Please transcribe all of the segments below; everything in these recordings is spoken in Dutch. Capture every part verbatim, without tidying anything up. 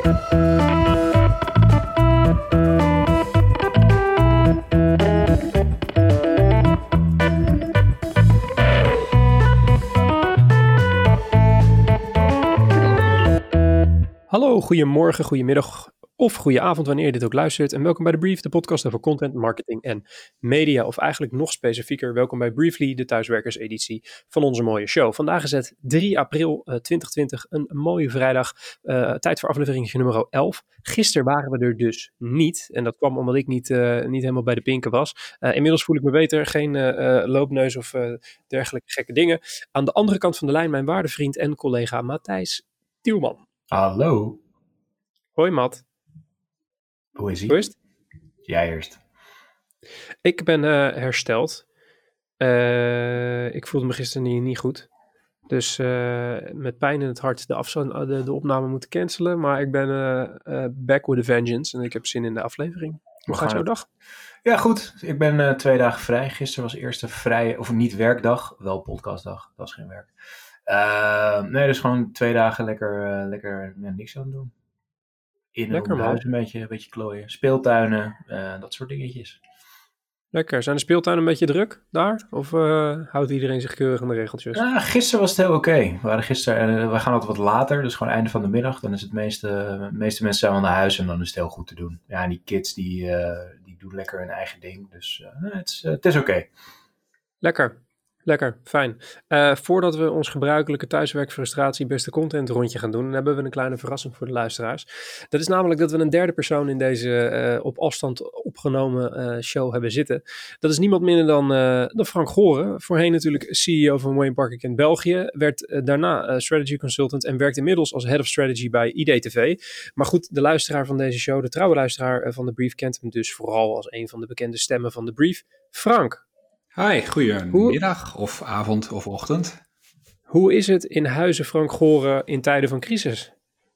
Hallo, goedemorgen, goedemiddag of goede avond wanneer je dit ook luistert. En welkom bij The Brief, de podcast over content, marketing en media. Of eigenlijk nog specifieker, welkom bij Briefly, de thuiswerkerseditie van onze mooie show. Vandaag is het drie april twintig twintig, een mooie vrijdag. Uh, tijd voor aflevering nummer elf. Gisteren waren we er dus niet. En dat kwam omdat ik niet, uh, niet helemaal bij de pinken was. Uh, inmiddels voel ik me beter, geen uh, uh, loopneus of uh, dergelijke gekke dingen. Aan de andere kant van de lijn mijn waarde vriend en collega Matthijs Tielman. Hallo. Hoi Matt. Hoe is ie? Hoe is het? Jij eerst. Ik ben uh, hersteld. Uh, ik voelde me gisteren niet, niet goed. Dus uh, met pijn in het hart de, afzo- de, de opname moeten cancelen. Maar ik ben uh, uh, back with a vengeance. En ik heb zin in de aflevering. Hoe gaat jouw dag? Ja, goed. Ik ben uh, twee dagen vrij. Gisteren was eerste vrije, of niet werkdag. Wel podcastdag. Dat was geen werk. Uh, nee, dus gewoon twee dagen lekker, uh, lekker ja, niks aan het doen. In en om huis een beetje, een beetje klooien. Speeltuinen, uh, dat soort dingetjes. Lekker. Zijn de speeltuinen een beetje druk daar? Of uh, houdt iedereen zich keurig aan de regeltjes? Uh, gisteren was het heel oké. Okay. We waren gisteren, uh, we gaan altijd wat later, dus gewoon einde van de middag. Dan is het meeste, de meeste mensen zijn wel naar huis en dan is het heel goed te doen. Ja, en die kids die, uh, die doen lekker hun eigen ding. Dus uh, het is, uh, het is oké. Okay. Lekker. Lekker, fijn. Uh, voordat we ons gebruikelijke thuiswerkfrustratie beste content rondje gaan doen, hebben we een kleine verrassing voor de luisteraars. Dat is namelijk dat we een derde persoon in deze uh, op afstand opgenomen uh, show hebben zitten. Dat is niemand minder dan, uh, dan Frank Goren. Voorheen natuurlijk C E O van Wayne Parker in België. Werd uh, daarna uh, strategy consultant en werkt inmiddels als head of strategy bij I D T V. Maar goed, de luisteraar van deze show, de trouwe luisteraar uh, van The Brief, kent hem dus vooral als een van de bekende stemmen van The Brief. Frank. Hi, goedemiddag of avond of ochtend. Hoe is het in huize Frank Goren in tijden van crisis?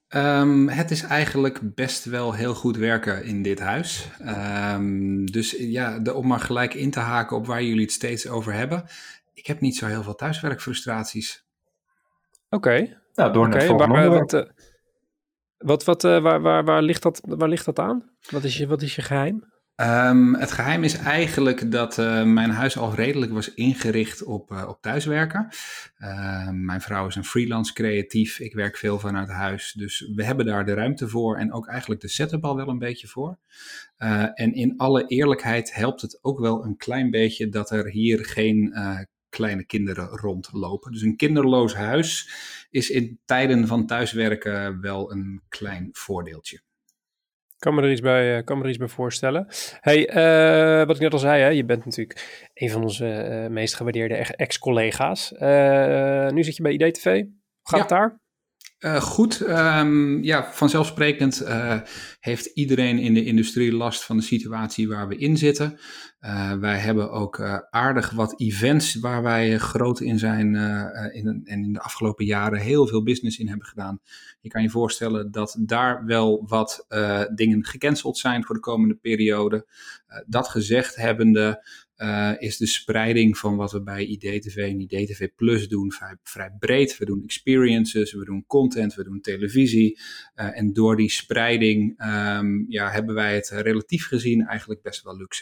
Um, het is eigenlijk best wel heel goed werken in dit huis. Um, dus ja, de, om maar gelijk in te haken op waar jullie het steeds over hebben. Ik heb niet zo heel veel thuiswerkfrustraties. Oké. Okay. Nou, door naar okay, het waar, wat, uh, wat, wat, uh, waar, waar, waar, ligt dat, waar ligt dat aan? Wat is je, wat is je geheim? Um, het geheim is eigenlijk dat uh, mijn huis al redelijk was ingericht op, uh, op thuiswerken. Uh, mijn vrouw is een freelance creatief, ik werk veel vanuit huis, dus we hebben daar de ruimte voor en ook eigenlijk de setup al wel een beetje voor. Uh, en in alle eerlijkheid helpt het ook wel een klein beetje dat er hier geen uh, kleine kinderen rondlopen. Dus een kinderloos huis is in tijden van thuiswerken wel een klein voordeeltje. Kan me er iets bij, kan me er iets bij voorstellen. Hey, uh, wat ik net al zei, hè, je bent natuurlijk een van onze uh, meest gewaardeerde ex-collega's. Uh, nu zit je bij I D T V. Hoe gaat ja. het daar? Uh, goed, um, ja, vanzelfsprekend uh, heeft iedereen in de industrie last van de situatie waar we in zitten. Uh, wij hebben ook uh, aardig wat events waar wij groot in zijn uh, in, en in de afgelopen jaren heel veel business in hebben gedaan. Je kan je voorstellen dat daar wel wat uh, dingen gecanceld zijn voor de komende periode. Uh, dat gezegd hebbende uh, is de spreiding van wat we bij I D T V en I D T V Plus doen vrij, vrij breed. We doen experiences, we doen content, we doen televisie. Uh, en door die spreiding um, ja, hebben wij het relatief gezien eigenlijk best wel luxe.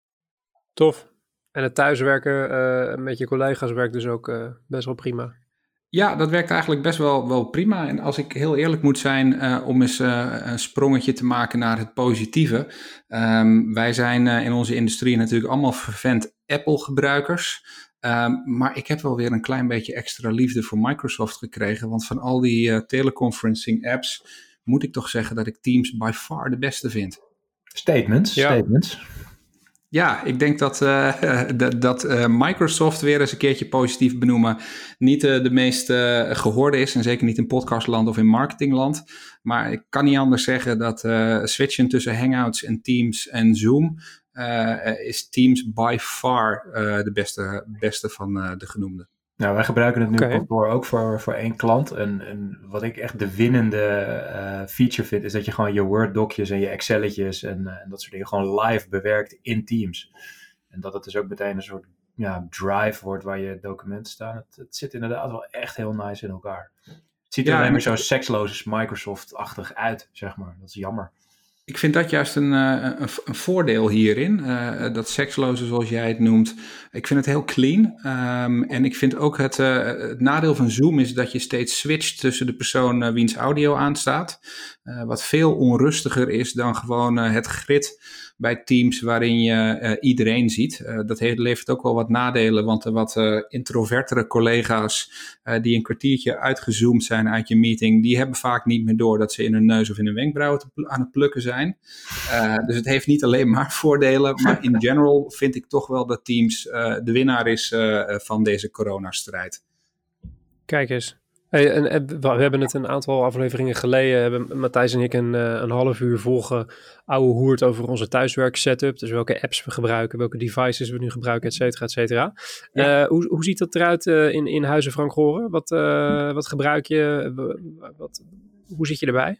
Tof. En het thuiswerken uh, met je collega's werkt dus ook uh, best wel prima. Ja, dat werkt eigenlijk best wel, wel prima. En als ik heel eerlijk moet zijn, uh, om eens uh, een sprongetje te maken naar het positieve. Um, wij zijn uh, in onze industrie natuurlijk allemaal vervent Apple-gebruikers. Um, maar ik heb wel weer een klein beetje extra liefde voor Microsoft gekregen. Want van al die uh, teleconferencing apps moet ik toch zeggen dat ik Teams by far de beste vind. Statements, ja. statements. Ja, ik denk dat, uh, dat, dat uh, Microsoft weer eens een keertje positief benoemen niet uh, de meest uh, gehoorde is. En zeker niet in podcastland of in marketingland. Maar ik kan niet anders zeggen dat uh, switchen tussen Hangouts en Teams en Zoom uh, is Teams by far uh, de beste, beste van uh, de genoemde. Nou, wij gebruiken het nu okay. op kantoor ook voor, voor één klant. En, en wat ik echt de winnende uh, feature vind, is dat je gewoon je Word-docjes en je Excelletjes en, uh, en dat soort dingen gewoon live bewerkt in Teams. En dat het dus ook meteen een soort ja, drive wordt waar je documenten staan. Het, het zit inderdaad wel echt heel nice in elkaar. Het ziet er Ja, alleen en maar zo ik- seksloos Microsoft-achtig uit, zeg maar. Dat is jammer. Ik vind dat juist een, eh, een, een voordeel hierin. eh, dat seksloze, zoals jij het noemt. Ik vind het heel clean. Ehm, en ik vind ook het, eh, het nadeel van Zoom is dat je steeds switcht tussen de persoon eh, wiens audio aanstaat. Eh, wat veel onrustiger is dan gewoon eh, het grid bij Teams waarin je eh, iedereen ziet. Eh, dat heeft, levert ook wel wat nadelen, want de wat eh, introvertere collega's eh, die een kwartiertje uitgezoomd zijn uit je meeting, die hebben vaak niet meer door dat ze in hun neus of in hun wenkbrauwen te pl- aan het plukken zijn. Uh, dus het heeft niet alleen maar voordelen, maar in general vind ik toch wel dat Teams uh, de winnaar is uh, van deze coronastrijd. Kijk eens. Hey, en, en, we hebben het een aantal afleveringen geleden, hebben Matthijs en ik een, een half uur volgen ouwe hoert over onze thuiswerk setup. Dus welke apps we gebruiken, welke devices we nu gebruiken, et cetera, et cetera. Ja. Uh, hoe, hoe ziet dat eruit uh, in, in Huizen Frank Goren? Wat, uh, wat gebruik je? Wat, hoe zit je erbij?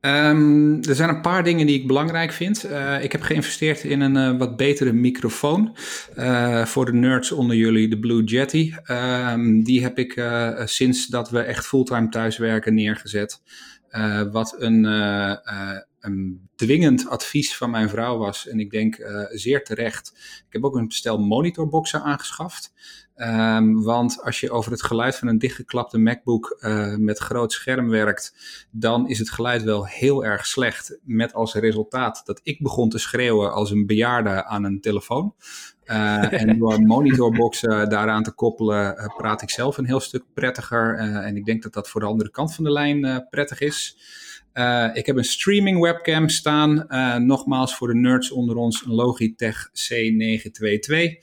Um, er zijn een paar dingen die ik belangrijk vind. Uh, ik heb geïnvesteerd in een uh, wat betere microfoon. Uh, voor de nerds onder jullie, de Blue Yeti. Um, die heb ik uh, sinds dat we echt fulltime thuiswerken neergezet. Uh, wat een, uh, uh, een dwingend advies van mijn vrouw was. En ik denk uh, zeer terecht. Ik heb ook een stel monitorboxen aangeschaft. Um, want als je over het geluid van een dichtgeklapte MacBook uh, met groot scherm werkt, dan is het geluid wel heel erg slecht. Met als resultaat dat ik begon te schreeuwen als een bejaarde aan een telefoon. Uh, en door monitorboxen daaraan te koppelen, uh, praat ik zelf een heel stuk prettiger. Uh, en ik denk dat dat voor de andere kant van de lijn uh, prettig is. Uh, ik heb een streaming webcam staan. Uh, nogmaals voor de nerds onder ons een Logitech C negen twee twee.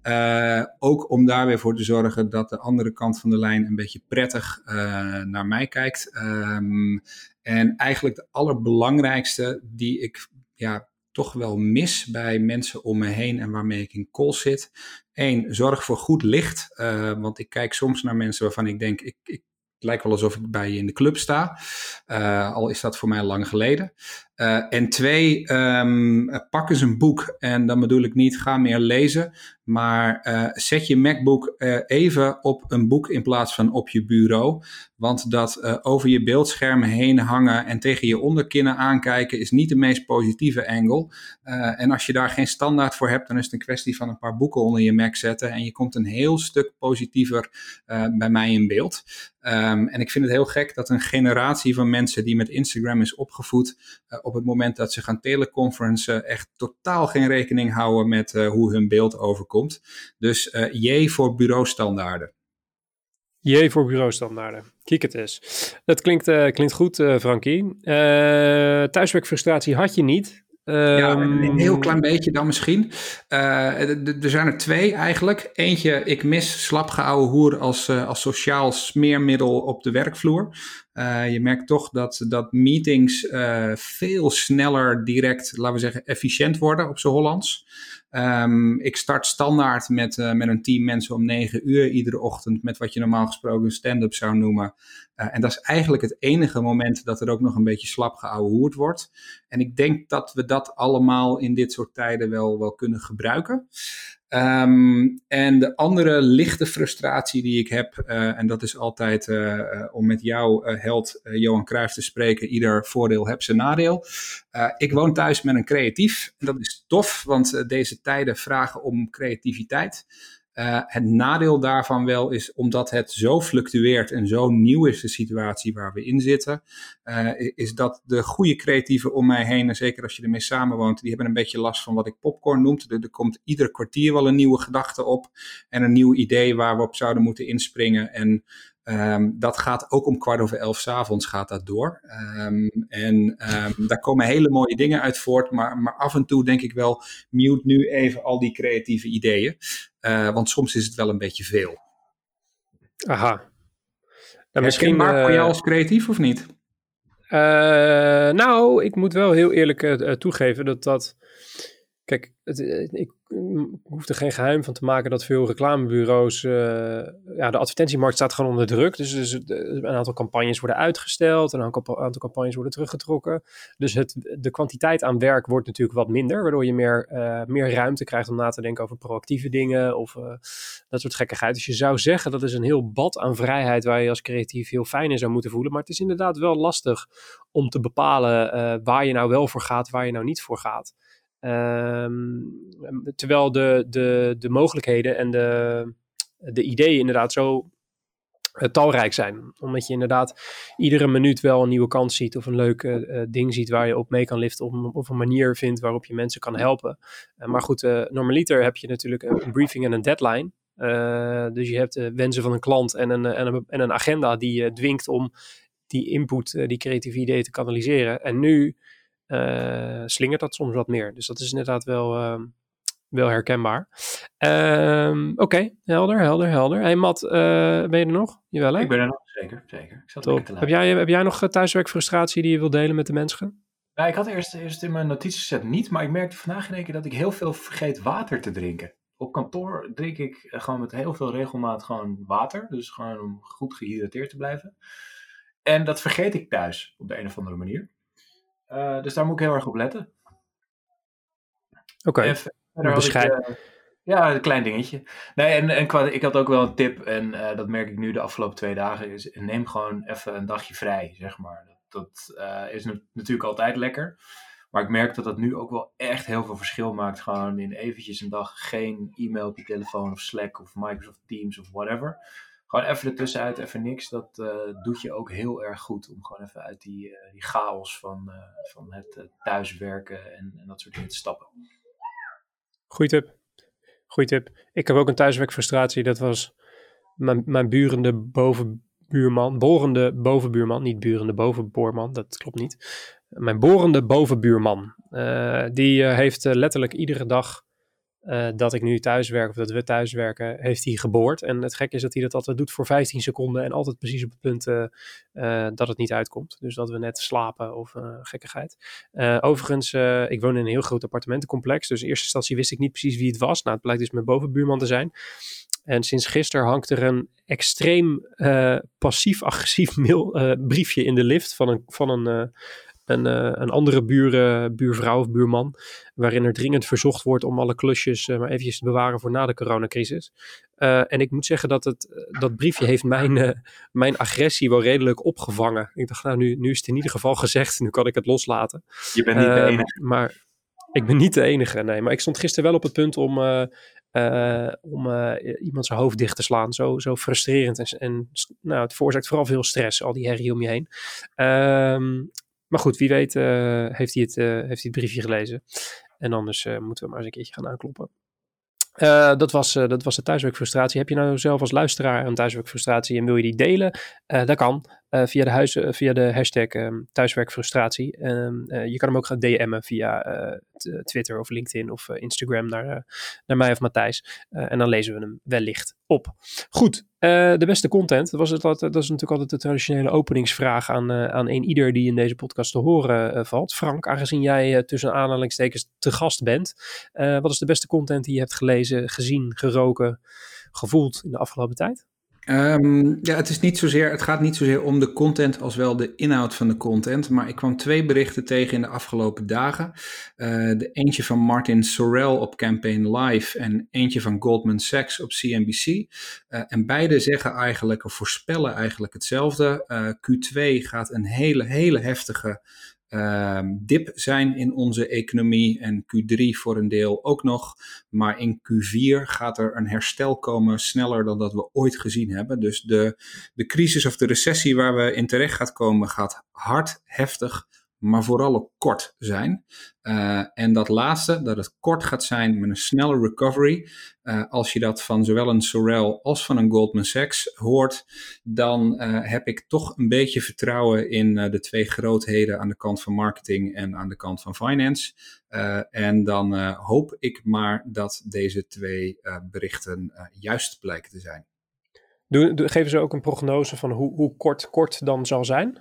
Uh, ook om daar weer voor te zorgen dat de andere kant van de lijn een beetje prettig uh, naar mij kijkt. Um, en eigenlijk de allerbelangrijkste die ik ja, toch wel mis bij mensen om me heen en waarmee ik in calls zit. Eén, zorg voor goed licht. Uh, want ik kijk soms naar mensen waarvan ik denk, ik, ik het lijkt wel alsof ik bij je in de club sta, uh, al is dat voor mij lang geleden. Uh, en twee, um, pak eens een boek. En dan bedoel ik niet, ga meer lezen, maar uh, zet je MacBook uh, even op een boek in plaats van op je bureau. Want dat uh, over je beeldscherm heen hangen en tegen je onderkinnen aankijken is niet de meest positieve angle. Uh, en als je daar geen standaard voor hebt, dan is het een kwestie van een paar boeken onder je Mac zetten en je komt een heel stuk positiever uh, bij mij in beeld. Um, en ik vind het heel gek dat een generatie van mensen die met Instagram is opgevoed, uh, op het moment dat ze gaan teleconferencen echt totaal geen rekening houden met uh, hoe hun beeld overkomt. Dus uh, J voor bureaustandaarden. J voor bureaustandaarden. Kijk het eens. Dat klinkt, uh, klinkt goed, uh, Frankie. Uh, thuiswerkfrustratie had je niet. Ja, een heel klein beetje dan misschien. Uh, er zijn er twee eigenlijk. Eentje, ik mis slapgeouwe hoer als, uh, als sociaal smeermiddel op de werkvloer. Uh, je merkt toch dat, dat meetings uh, veel sneller direct, laten we zeggen, efficiënt worden op z'n Hollands. Um, ik start standaard met, uh, met een team mensen om negen uur iedere ochtend met wat je normaal gesproken een stand-up zou noemen. Uh, en dat is eigenlijk het enige moment dat er ook nog een beetje slap geouwehoerd wordt. En ik denk dat we dat allemaal in dit soort tijden wel, wel kunnen gebruiken. Um, en de andere lichte frustratie die ik heb, uh, en dat is altijd uh, uh, om met jouw uh, held uh, Johan Cruijff te spreken, ieder voordeel heeft zijn nadeel. Uh, ik woon thuis met een creatief en dat is tof, want uh, deze tijden vragen om creativiteit. Uh, het nadeel daarvan wel is, omdat het zo fluctueert en zo nieuw is de situatie waar we in zitten, uh, is dat de goede creatieven om mij heen, en zeker als je ermee samenwoont, die hebben een beetje last van wat ik popcorn noem. Er, er komt ieder kwartier wel een nieuwe gedachte op en een nieuw idee waar we op zouden moeten inspringen. En Um, dat gaat ook om kwart over elf 's avonds gaat dat door. Um, en um, daar komen hele mooie dingen uit voort. Maar, maar af en toe denk ik wel, mute nu even al die creatieve ideeën. Uh, want soms is het wel een beetje veel. Aha. Nou, misschien Herkenbaar uh, voor jou als creatief of niet? Uh, nou, ik moet wel heel eerlijk uh, toegeven dat dat... kijk, het, ik hoef er geen geheim van te maken dat veel reclamebureaus, uh, ja, de advertentiemarkt staat gewoon onder druk. Dus, dus een aantal campagnes worden uitgesteld, een aantal campagnes worden teruggetrokken. Dus het, de kwantiteit aan werk wordt natuurlijk wat minder, waardoor je meer, uh, meer ruimte krijgt om na te denken over proactieve dingen of uh, dat soort gekkigheid. Dus je zou zeggen, dat is een heel bad aan vrijheid waar je als creatief heel fijn in zou moeten voelen. Maar het is inderdaad wel lastig om te bepalen uh, waar je nou wel voor gaat, waar je nou niet voor gaat. Um, terwijl de, de, de mogelijkheden en de, de ideeën inderdaad zo uh, talrijk zijn. Omdat je inderdaad iedere minuut wel een nieuwe kans ziet of een leuk uh, ding ziet waar je op mee kan liften of, of een manier vindt waarop je mensen kan helpen. Uh, maar goed, uh, normaliter heb je natuurlijk een briefing en een deadline. Uh, dus je hebt de wensen van een klant en een, en een, en een agenda die je dwingt om die input, uh, die creatieve ideeën te kanaliseren. En nu Uh, slingert dat soms wat meer. Dus dat is inderdaad wel, uh, wel herkenbaar. Um, Oké, okay. helder, helder, helder. Hey Matt, uh, ben je er nog? Jawel, hè? Ik ben er nog, zeker. zeker. Ik zat Top. Te heb, jij, heb jij nog thuiswerkfrustratie die je wilt delen met de mensen? Ja, ik had eerst, eerst in mijn notities gezet niet, maar ik merkte vandaag in één keer dat ik heel veel vergeet water te drinken. Op kantoor drink ik gewoon met heel veel regelmaat gewoon water. Dus gewoon om goed gehydrateerd te blijven. En dat vergeet ik thuis op de een of andere manier. Uh, dus daar moet ik heel erg op letten. Oké, okay. Bescheid. Uh, ja, een klein dingetje. Nee, en, en qua, ik had ook wel een tip, en uh, dat merk ik nu de afgelopen twee dagen, is neem gewoon even een dagje vrij, zeg maar. Dat, dat uh, is nu, natuurlijk altijd lekker. Maar ik merk dat dat nu ook wel echt heel veel verschil maakt. Gewoon in eventjes een dag geen e-mail op je telefoon of Slack of Microsoft Teams of whatever. Gewoon even ertussenuit, even niks. Dat uh, doet je ook heel erg goed. Om gewoon even uit die, uh, die chaos van, uh, van het uh, thuiswerken en, en dat soort dingen te stappen. Goeie tip. Goeie tip. Ik heb ook een thuiswerkfrustratie. Dat was mijn, mijn burende bovenbuurman. Borende bovenbuurman. Niet burende bovenboorman. Dat klopt niet. Mijn borende bovenbuurman. Uh, die uh, heeft uh, letterlijk iedere dag Uh, dat ik nu thuis werk of dat we thuis werken, heeft hij geboord. En het gekke is dat hij dat altijd doet voor vijftien seconden en altijd precies op het punt uh, uh, dat het niet uitkomt. Dus dat we net slapen of uh, gekkigheid. Uh, overigens, uh, ik woon in een heel groot appartementencomplex, dus in eerste instantie wist ik niet precies wie het was. Nou, het blijkt dus mijn bovenbuurman te zijn. En sinds gisteren hangt er een extreem uh, passief-agressief mail, uh, briefje in de lift van een, van een uh, Een, uh, een andere buur, uh, buurvrouw of buurman, waarin er dringend verzocht wordt om alle klusjes uh, maar eventjes te bewaren voor na de coronacrisis. Uh, en ik moet zeggen dat het, uh, dat briefje heeft mijn, uh, mijn agressie wel redelijk opgevangen. Ik dacht, nou, nu, nu is het in ieder geval gezegd, nu kan ik het loslaten. Je bent niet uh, de enige. Maar ik ben niet de enige, nee. Maar ik stond gisteren wel op het punt om, uh, uh, om uh, iemand zijn hoofd dicht te slaan. Zo, zo frustrerend. En, en nou, het veroorzaakt vooral veel stress, al die herrie om je heen. Uh, Maar goed, wie weet uh, heeft, hij het, uh, heeft hij het briefje gelezen. En anders uh, moeten we maar eens een keertje gaan aankloppen. Uh, dat, was, uh, dat was de thuiswerkfrustratie. Heb je nou zelf als luisteraar een thuiswerkfrustratie en wil je die delen? Uh, dat kan uh, via, de huis, uh, via de hashtag um, thuiswerkfrustratie. Um, uh, je kan hem ook gaan D M'en via uh, t- Twitter of LinkedIn of uh, Instagram naar, uh, naar mij of Matthijs. Uh, en dan lezen we hem wellicht op. Goed, uh, de beste content. Dat, was het, dat is natuurlijk altijd de traditionele openingsvraag aan, uh, aan een ieder die in deze podcast te horen uh, valt. Frank, aangezien jij uh, tussen aanhalingstekens te gast bent. Uh, wat is de beste content die je hebt gelezen, gezien, geroken, gevoeld in de afgelopen tijd? Um, ja, het is niet zozeer, het gaat niet zozeer om de content als wel de inhoud van de content. Maar ik kwam twee berichten tegen in de afgelopen dagen. Uh, de eentje van Martin Sorrell op Campaign Live en eentje van Goldman Sachs op C N B C. Uh, en beide zeggen eigenlijk, of voorspellen eigenlijk hetzelfde. Uh, Q twee gaat een hele, hele heftige Uh, dip zijn in onze economie en Q drie voor een deel ook nog. Maar in Q vier gaat er een herstel komen sneller dan dat we ooit gezien hebben. Dus de, de crisis of de recessie waar we in terecht gaat komen gaat hard, heftig, maar vooral ook kort zijn. Uh, en dat laatste, dat het kort gaat zijn met een snelle recovery. Uh, als je dat van zowel een Sorrell als van een Goldman Sachs hoort, dan uh, heb ik toch een beetje vertrouwen in uh, de twee grootheden aan de kant van marketing en aan de kant van finance. Uh, en dan uh, hoop ik maar dat deze twee uh, berichten uh, juist blijken te zijn. Doe, doe, geven ze ook een prognose van hoe, hoe kort kort dan zal zijn?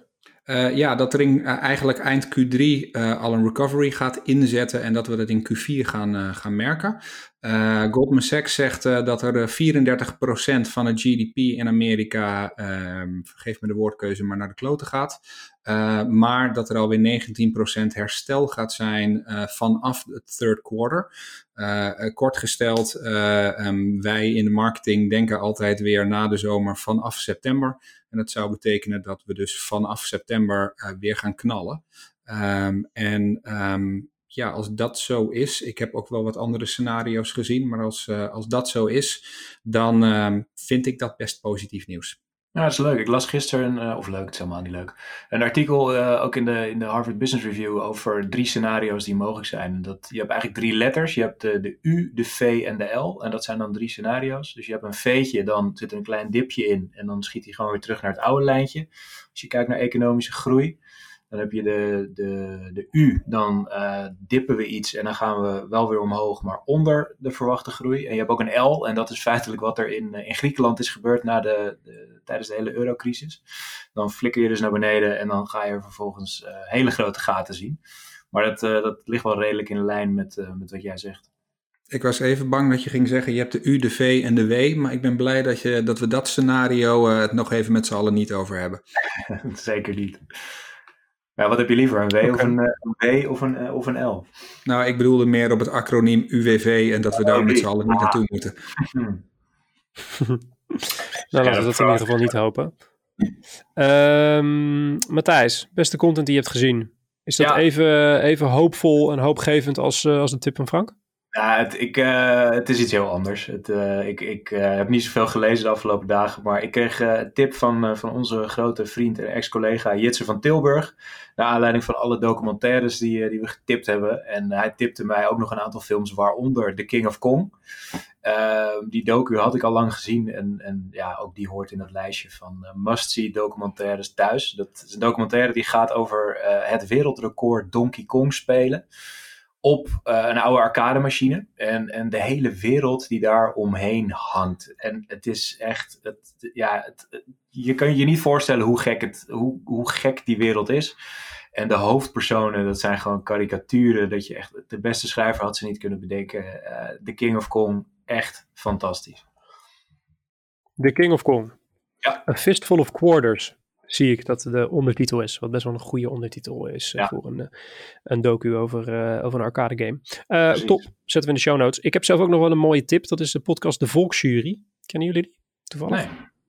Uh, ja, dat er in, uh, eigenlijk eind Q drie uh, al een recovery gaat inzetten en dat we dat in Q vier gaan, uh, gaan merken. Uh, Goldman Sachs zegt uh, dat er uh, vierendertig procent van het G D P in Amerika, uh, vergeef me de woordkeuze, maar naar de kloten gaat. Uh, maar dat er alweer negentien procent herstel gaat zijn uh, vanaf het third quarter. Uh, uh, kort gesteld, uh, um, wij in de marketing denken altijd weer na de zomer vanaf september. En dat zou betekenen dat we dus vanaf september uh, weer gaan knallen. Um, en um, ja, als dat zo is, ik heb ook wel wat andere scenario's gezien, maar als, uh, als dat zo is, dan uh, vind ik dat best positief nieuws. Ja, dat is leuk. Ik las gisteren, uh, of leuk, het is helemaal niet leuk, een artikel uh, ook in de, in de Harvard Business Review over drie scenario's die mogelijk zijn. En dat, je hebt eigenlijk drie letters. Je hebt de, de U, de V en de L. En dat zijn dan drie scenario's. Dus je hebt een V'tje, dan zit er een klein dipje in. En dan schiet hij gewoon weer terug naar het oude lijntje. Als je kijkt naar economische groei. Dan heb je de, de, de U, dan uh, dippen we iets en dan gaan we wel weer omhoog, maar onder de verwachte groei. En je hebt ook een L, en dat is feitelijk wat er in, in Griekenland is gebeurd na de, de, tijdens de hele eurocrisis. Dan flikker je dus naar beneden en dan ga je vervolgens uh, hele grote gaten zien. Maar dat, uh, dat ligt wel redelijk in lijn met, uh, met wat jij zegt. Ik was even bang dat je ging zeggen, je hebt de U, de V en de W, maar ik ben blij dat, je, dat we dat scenario uh, het nog even met z'n allen niet over hebben. Zeker niet. Ja, wat heb je liever, een W okay. of een, een W of een, uh, of een L? Nou, ik bedoelde meer op het acroniem U W V en dat we daar met z'n allen niet naartoe moeten. Hmm. Nou, laten we dat in ieder geval niet hopen. Um, Matthijs, beste content die je hebt gezien. Is dat ja. even, even hoopvol en hoopgevend als, uh, als de tip van Frank? Ja, het, ik, uh, het is iets heel anders. Het, uh, ik ik uh, heb niet zoveel gelezen de afgelopen dagen, maar ik kreeg uh, een tip van, uh, van onze grote vriend en ex-collega Jitse van Tilburg, naar aanleiding van alle documentaires die, uh, die we getipt hebben. En uh, hij tipte mij ook nog een aantal films, waaronder The King of Kong. Uh, die docu had ik al lang gezien en, en ja, ook die hoort in dat lijstje van uh, must-see documentaires thuis. Dat is een documentaire die gaat over uh, het wereldrecord Donkey Kong spelen op uh, een oude arcademachine en, en de hele wereld die daar omheen hangt. En het is echt, het, ja, het, je kan je niet voorstellen hoe gek, het, hoe, hoe gek die wereld is. En de hoofdpersonen, dat zijn gewoon karikaturen, dat je echt, de beste schrijver had ze niet kunnen bedenken. Uh, The King of Kong, echt fantastisch. The King of Kong. Ja. A Fistful of Quarters. Zie ik dat de ondertitel is, wat best wel een goede ondertitel is uh, ja. voor een, een docu over, uh, over een arcade game. Uh, top, zetten we in de show notes. Ik heb zelf ook nog wel een mooie tip, dat is de podcast De Volksjury. Kennen jullie die toevallig?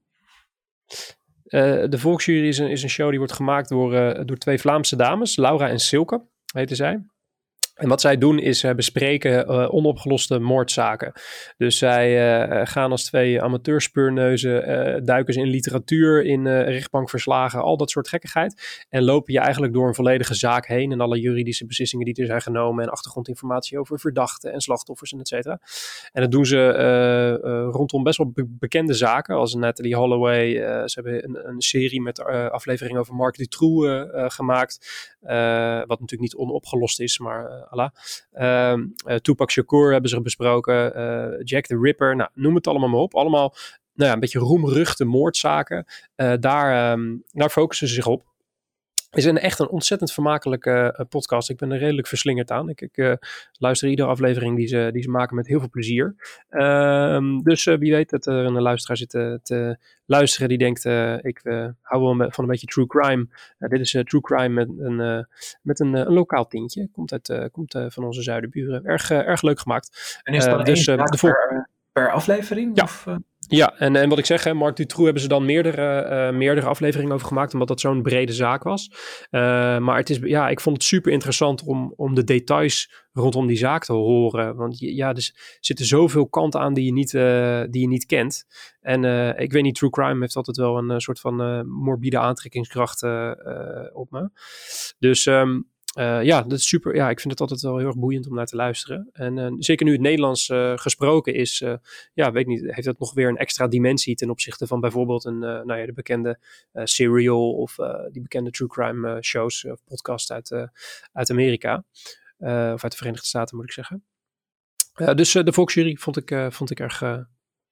Nee. Uh, de Volksjury is een, is een show die wordt gemaakt door, uh, door twee Vlaamse dames, Laura en Silke, heten zij. En wat zij doen is uh, bespreken uh, onopgeloste moordzaken. Dus zij uh, gaan als twee amateurspeurneuzen, uh, duiken ze in literatuur, in uh, rechtbankverslagen, al dat soort gekkigheid. En lopen je eigenlijk door een volledige zaak heen en alle juridische beslissingen die er zijn genomen en achtergrondinformatie over verdachten en slachtoffers en et cetera. En dat doen ze uh, uh, rondom best wel be- bekende zaken, als Natalie Holloway. Uh, ze hebben een, een serie met uh, afleveringen over Marc Dutroux uh, uh, gemaakt, uh, wat natuurlijk niet onopgelost is, maar uh, Allah. Uh, uh, Tupac Shakur hebben ze besproken, uh, Jack the Ripper, nou, noem het allemaal maar op. Allemaal nou ja, een beetje roemruchte moordzaken. Uh, daar, um, daar focussen ze zich op. Het is een, echt een ontzettend vermakelijke uh, podcast. Ik ben er redelijk verslingerd aan. Ik, ik uh, luister iedere aflevering die ze, die ze maken met heel veel plezier. Uh, dus uh, wie weet dat er een luisteraar zit uh, te luisteren die denkt, uh, ik uh, hou wel van een beetje true crime. Uh, dit is uh, true crime met een, uh, met een, uh, een lokaal tintje. Komt, uit, uh, komt uh, van onze zuidenburen. Erg, uh, erg leuk gemaakt. En is dat uh, dus, uh, de vol- per, per aflevering? Ja. Of, uh... Ja, en, en wat ik zeg, hè, Marc Dutroux hebben ze dan meerdere, uh, meerdere afleveringen over gemaakt, omdat dat zo'n brede zaak was. Uh, maar het is, ja, ik vond het super interessant om, om de details rondom die zaak te horen. Want ja, er zitten zoveel kanten aan die je niet, uh, die je niet kent. En uh, ik weet niet, true crime heeft altijd wel een uh, soort van uh, morbide aantrekkingskracht uh, uh, op me. Dus Um, Uh, ja, dat is super. Ja, ik vind het altijd wel heel erg boeiend om naar te luisteren. En uh, zeker nu het Nederlands uh, gesproken is, uh, ja, weet niet, heeft dat nog weer een extra dimensie ten opzichte van bijvoorbeeld een, uh, nou ja, de bekende uh, Serial of uh, die bekende true crime uh, shows of uh, podcasts uit, uh, uit Amerika. Uh, of uit de Verenigde Staten, moet ik zeggen. Uh, dus uh, de Volksjury vond ik, uh, vond ik erg, uh,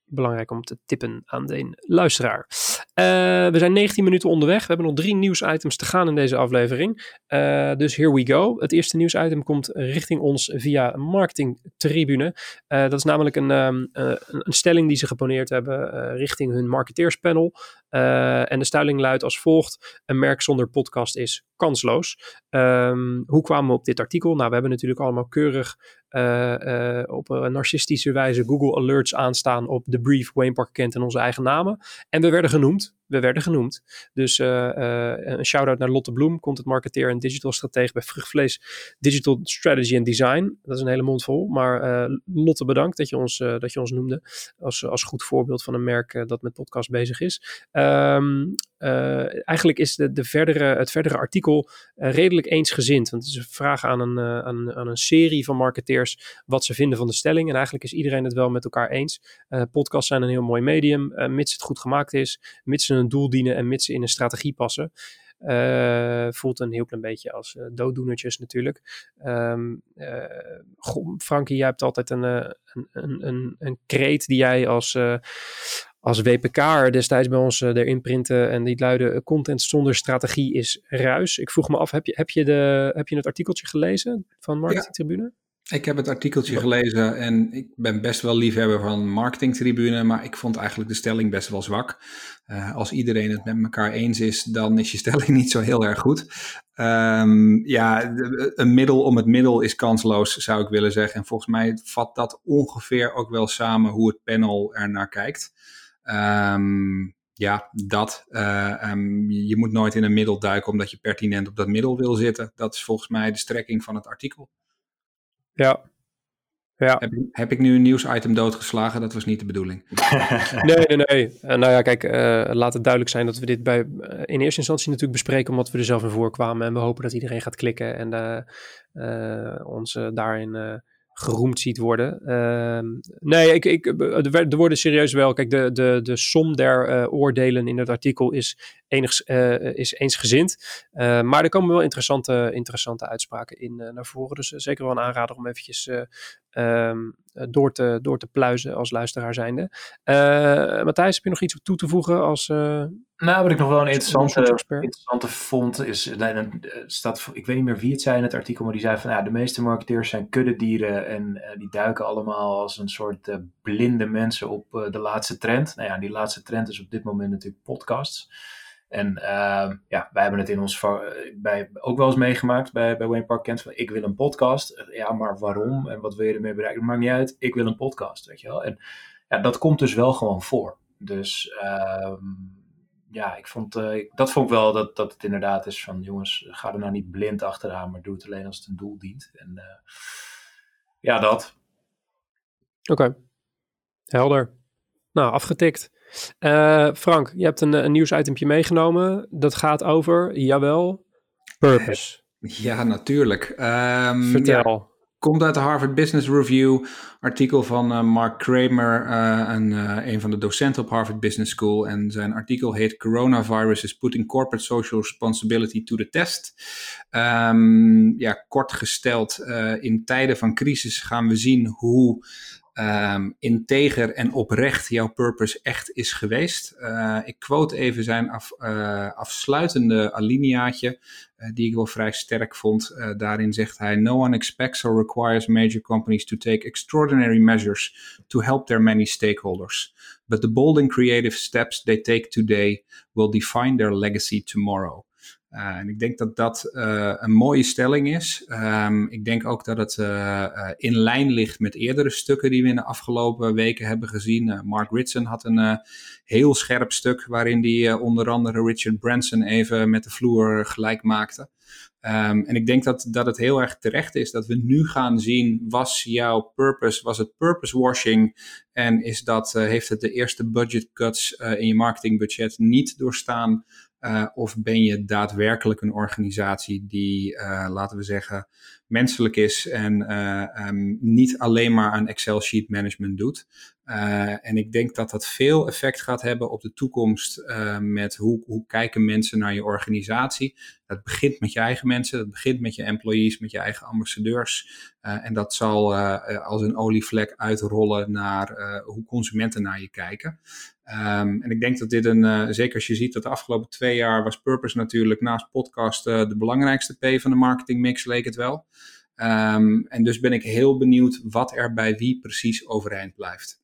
belangrijk om te tippen aan de luisteraar. Uh, we zijn negentien minuten onderweg. We hebben nog drie nieuwsitems te gaan in deze aflevering. Uh, dus here we go. Het eerste nieuwsitem komt richting ons via Marketing-tribune. Uh, dat is namelijk een, um, uh, een stelling die ze geponeerd hebben uh, richting hun marketeerspanel. Uh, en de stelling luidt als volgt: een merk zonder podcast is kansloos. Um, hoe kwamen we op dit artikel? Nou, we hebben natuurlijk allemaal keurig uh, uh, op een narcistische wijze Google Alerts aanstaan op The Brief, Wayne Parker Kent en onze eigen namen. En we werden genoemd. We werden genoemd. Dus uh, uh, een shout-out naar Lotte Bloem, content marketeer en digital stratege bij Vruchtvlees Digital Strategy and Design. Dat is een hele mond vol. Maar uh, Lotte, bedankt dat je ons, uh, dat je ons noemde als, als goed voorbeeld van een merk uh, dat met podcast bezig is. Um, uh, eigenlijk is de, de verdere, het verdere artikel uh, redelijk eensgezind. Want het is een vraag aan een, uh, aan, aan een serie van marketeers wat ze vinden van de stelling. En eigenlijk is iedereen het wel met elkaar eens. Uh, podcasts zijn een heel mooi medium, uh, mits het goed gemaakt is, mits ze een doel dienen en mits ze in een strategie passen. Uh, voelt een heel klein beetje als uh, dooddoenertjes natuurlijk. Um, uh, goh, Frankie, jij hebt altijd een, uh, een, een, een, een kreet die jij als, uh, als W P K'er destijds bij ons uh, erin printte en die luidde: content zonder strategie is ruis. Ik vroeg me af, heb je, heb je, de, heb je het artikeltje gelezen van Marketing Tribune? Ja. Ik heb het artikeltje gelezen en ik ben best wel liefhebber van Marketing Tribune, maar ik vond eigenlijk de stelling best wel zwak. Uh, als iedereen het met elkaar eens is, dan is je stelling niet zo heel erg goed. Um, ja, een middel om het middel is kansloos, zou ik willen zeggen. En volgens mij vat dat ongeveer ook wel samen hoe het panel er naar kijkt. Um, ja, dat. Uh, um, je moet nooit in een middel duiken omdat je pertinent op dat middel wil zitten. Dat is volgens mij de strekking van het artikel. Ja. ja. Heb, heb ik nu een nieuwsitem doodgeslagen? Dat was niet de bedoeling. nee, nee, nee. Uh, nou ja, kijk, uh, laat het duidelijk zijn dat we dit bij, uh, in eerste instantie natuurlijk bespreken omdat we er zelf in voorkwamen. En we hopen dat iedereen gaat klikken en uh, uh, ons uh, daarin uh, geroemd ziet worden. Uh, nee, ik, ik, er worden serieus wel. Kijk, de, de, de som der uh, oordelen in het artikel is, enigs, uh, is eensgezind. Uh, maar er komen wel interessante, interessante uitspraken in uh, naar voren. Dus uh, zeker wel een aanrader om eventjes uh, um, door, te, door te pluizen als luisteraar zijnde. Uh, Matthijs, heb je nog iets op toe te voegen als... Uh, Nou, wat ik nog wel een interessante, interessante vond is, staat, ik weet niet meer wie het zei in het artikel, maar die zei van ja, de meeste marketeers zijn kuddedieren en uh, die duiken allemaal als een soort uh, blinde mensen op uh, de laatste trend. Nou ja, die laatste trend is op dit moment natuurlijk podcasts. En uh, ja, wij hebben het in ons uh, bij, ook wel eens meegemaakt bij, bij Wayne Parker Kent van ik wil een podcast. Ja, maar waarom en wat wil je ermee bereiken? Dat maakt niet uit, ik wil een podcast, weet je wel. En ja, dat komt dus wel gewoon voor. Dus... Uh, Ja, ik vond, uh, dat vond ik wel dat, dat het inderdaad is van jongens, ga er nou niet blind achteraan, maar doe het alleen als het een doel dient. En uh, ja, dat. Oké, okay. Helder. Nou, afgetikt. Uh, Frank, je hebt een, een nieuwsitempje meegenomen. Dat gaat over, jawel, purpose. Ja, natuurlijk. Um, Vertel. Ja. Komt uit de Harvard Business Review, artikel van uh, Mark Kramer, uh, een, uh, een van de docenten op Harvard Business School. En zijn artikel heet Coronavirus is putting corporate social responsibility to the test. Um, ja, kort gesteld, uh, in tijden van crisis gaan we zien hoe um, integer en oprecht jouw purpose echt is geweest. Uh, ik quote even zijn af, uh, afsluitende alineaatje. Uh, die ik wel vrij sterk vond. Uh, daarin zegt hij: No one expects or requires major companies to take extraordinary measures to help their many stakeholders. But the bold and creative steps they take today will define their legacy tomorrow. Uh, en ik denk dat dat uh, een mooie stelling is. Um, ik denk ook dat het uh, uh, in lijn ligt met eerdere stukken die we in de afgelopen weken hebben gezien. Uh, Mark Ritson had een uh, heel scherp stuk waarin hij uh, onder andere Richard Branson even met de vloer gelijk maakte. Um, en ik denk dat, dat het heel erg terecht is dat we nu gaan zien, was jouw purpose, was het purpose washing en is dat, uh, heeft het de eerste budget cuts uh, in je marketingbudget niet doorstaan? Uh, of ben je daadwerkelijk een organisatie die, uh, laten we zeggen, menselijk is en uh, um, niet alleen maar aan Excel sheet management doet. Uh, en ik denk dat dat veel effect gaat hebben op de toekomst uh, met hoe, hoe kijken mensen naar je organisatie. Dat begint met je eigen mensen, dat begint met je employees, met je eigen ambassadeurs. Uh, en dat zal uh, als een olievlek uitrollen naar uh, hoe consumenten naar je kijken. Um, en ik denk dat dit een, uh, zeker als je ziet dat de afgelopen twee jaar was purpose natuurlijk naast podcast uh, de belangrijkste P van de marketingmix, leek het wel. Um, en dus ben ik heel benieuwd wat er bij wie precies overeind blijft.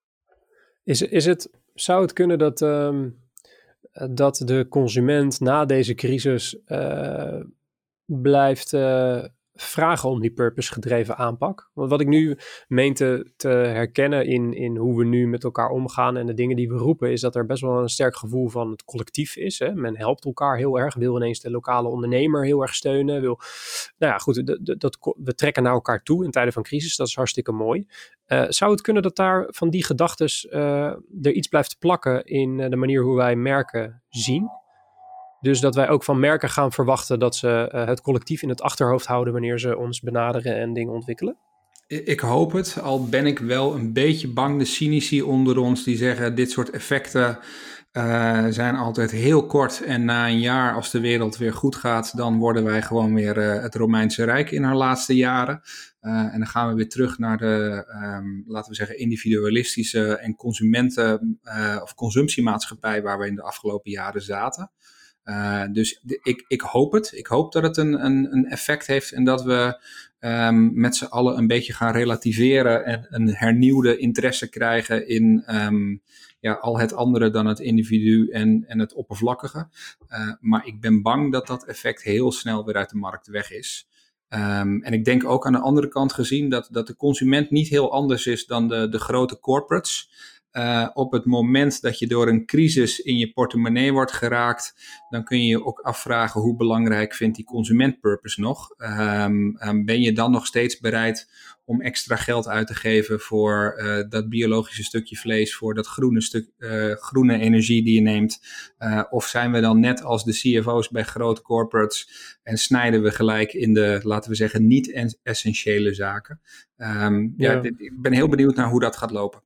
Is, is het, zou het kunnen dat, um, dat de consument na deze crisis uh, blijft uh, vragen om die purpose-gedreven aanpak? Want wat ik nu meen te, te herkennen in, in hoe we nu met elkaar omgaan en de dingen die we roepen, is dat er best wel een sterk gevoel van het collectief is. Hè? Men helpt elkaar heel erg, wil ineens de lokale ondernemer heel erg steunen. Wil, nou ja, goed, de, de, dat, we trekken naar elkaar toe in tijden van crisis. Dat is hartstikke mooi. Uh, zou het kunnen dat daar van die gedachtes uh, er iets blijft plakken in uh, de manier hoe wij merken zien? Dus dat wij ook van merken gaan verwachten dat ze uh, het collectief in het achterhoofd houden wanneer ze ons benaderen en dingen ontwikkelen? Ik hoop het, al ben ik wel een beetje bang. De cynici onder ons die zeggen dit soort effecten uh, zijn altijd heel kort. En na een jaar, als de wereld weer goed gaat, dan worden wij gewoon weer uh, het Romeinse Rijk in haar laatste jaren. Uh, en dan gaan we weer terug naar de, um, laten we zeggen, individualistische en consumenten- uh, of consumptiemaatschappij waar we in de afgelopen jaren zaten. Uh, dus de, ik, ik hoop het. Ik hoop dat het een, een, een effect heeft en dat we um, met z'n allen een beetje gaan relativeren en een hernieuwde interesse krijgen in um, ja, al het andere dan het individu en, en het oppervlakkige. Uh, maar ik ben bang dat dat effect heel snel weer uit de markt weg is. Um, en ik denk ook aan de andere kant gezien dat, dat de consument niet heel anders is dan de, de grote corporates. Uh, op het moment dat je door een crisis in je portemonnee wordt geraakt, dan kun je je ook afvragen hoe belangrijk vindt die consument-purpose nog. Um, um, ben je dan nog steeds bereid om extra geld uit te geven voor uh, dat biologische stukje vlees, voor dat groene, stuk, uh, groene energie die je neemt? Uh, of zijn we dan net als de C F O's bij grote corporates en snijden we gelijk in de, laten we zeggen, niet-essentiële zaken? Um, ja, ja. dit, ik ben heel benieuwd naar hoe dat gaat lopen.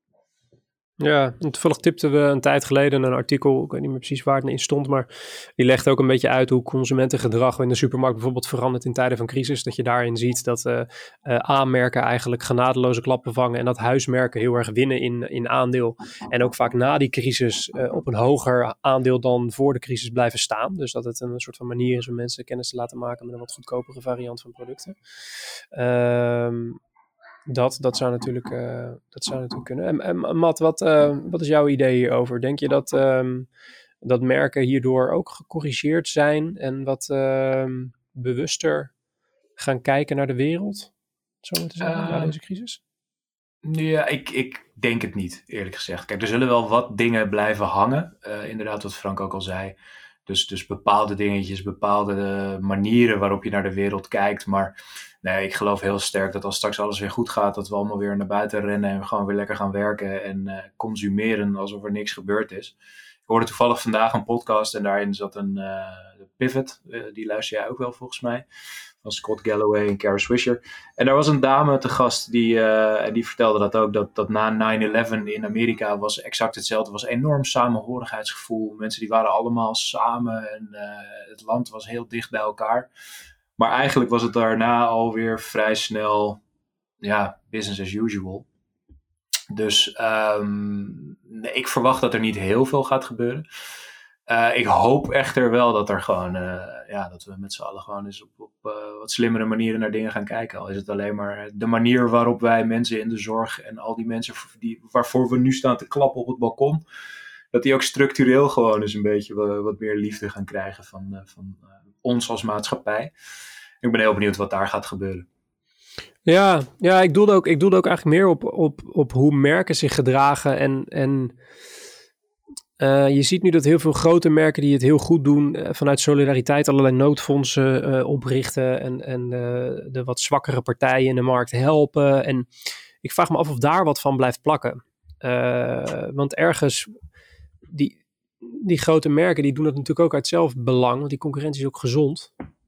Ja, toevallig tipten we een tijd geleden een artikel, ik weet niet meer precies waar het in stond, maar die legt ook een beetje uit hoe consumentengedrag in de supermarkt bijvoorbeeld verandert in tijden van crisis. Dat je daarin ziet dat uh, uh, A-merken eigenlijk genadeloze klappen vangen en dat huismerken heel erg winnen in, in aandeel. En ook vaak na die crisis uh, op een hoger aandeel dan voor de crisis blijven staan. Dus dat het een soort van manier is om mensen kennis te laten maken met een wat goedkopere variant van producten. Ehm... Um, Dat, dat, zou natuurlijk, uh, dat zou natuurlijk kunnen. En, en Matt, wat, uh, wat is jouw idee hierover? Denk je dat, um, dat merken hierdoor ook gecorrigeerd zijn en wat uh, bewuster gaan kijken naar de wereld? Zo maar te zeggen, uh, na deze crisis? Ja, ik, ik denk het niet, eerlijk gezegd. Kijk, er zullen wel wat dingen blijven hangen. Uh, inderdaad, wat Frank ook al zei. Dus, dus bepaalde dingetjes, bepaalde manieren waarop je naar de wereld kijkt. Maar nee, ik geloof heel sterk dat als straks alles weer goed gaat, dat we allemaal weer naar buiten rennen en we gewoon weer lekker gaan werken en uh, consumeren alsof er niks gebeurd is. Ik hoorde toevallig vandaag een podcast en daarin zat een uh, Pivot, uh, die luister jij ook wel volgens mij, van Scott Galloway en Kara Swisher. En daar was een dame te gast die, uh, en die vertelde dat ook, dat, dat na nine eleven in Amerika was exact hetzelfde. Het was een enorm samenhorigheidsgevoel. Mensen die waren allemaal samen en uh, het land was heel dicht bij elkaar. Maar eigenlijk was het daarna alweer vrij snel, ja, business as usual. Dus um, nee, ik verwacht dat er niet heel veel gaat gebeuren. Uh, ik hoop echter wel dat er gewoon, uh, ja, dat we met z'n allen gewoon eens op, op uh, wat slimmere manieren naar dingen gaan kijken. Al is het alleen maar de manier waarop wij mensen in de zorg en al die mensen die, waarvoor we nu staan te klappen op het balkon, dat die ook structureel gewoon eens een beetje wat, wat meer liefde gaan krijgen van, uh, van uh, ons als maatschappij. Ik ben heel benieuwd wat daar gaat gebeuren. Ja, ja ik doelde ook, ik doelde ook eigenlijk meer op, op, op hoe merken zich gedragen. En, en uh, je ziet nu dat heel veel grote merken die het heel goed doen, uh, vanuit solidariteit allerlei noodfondsen uh, oprichten. En, en uh, de wat zwakkere partijen in de markt helpen. En ik vraag me af of daar wat van blijft plakken. Uh, want ergens, die, die grote merken die doen het natuurlijk ook uit zelfbelang. Want die concurrentie is ook gezond.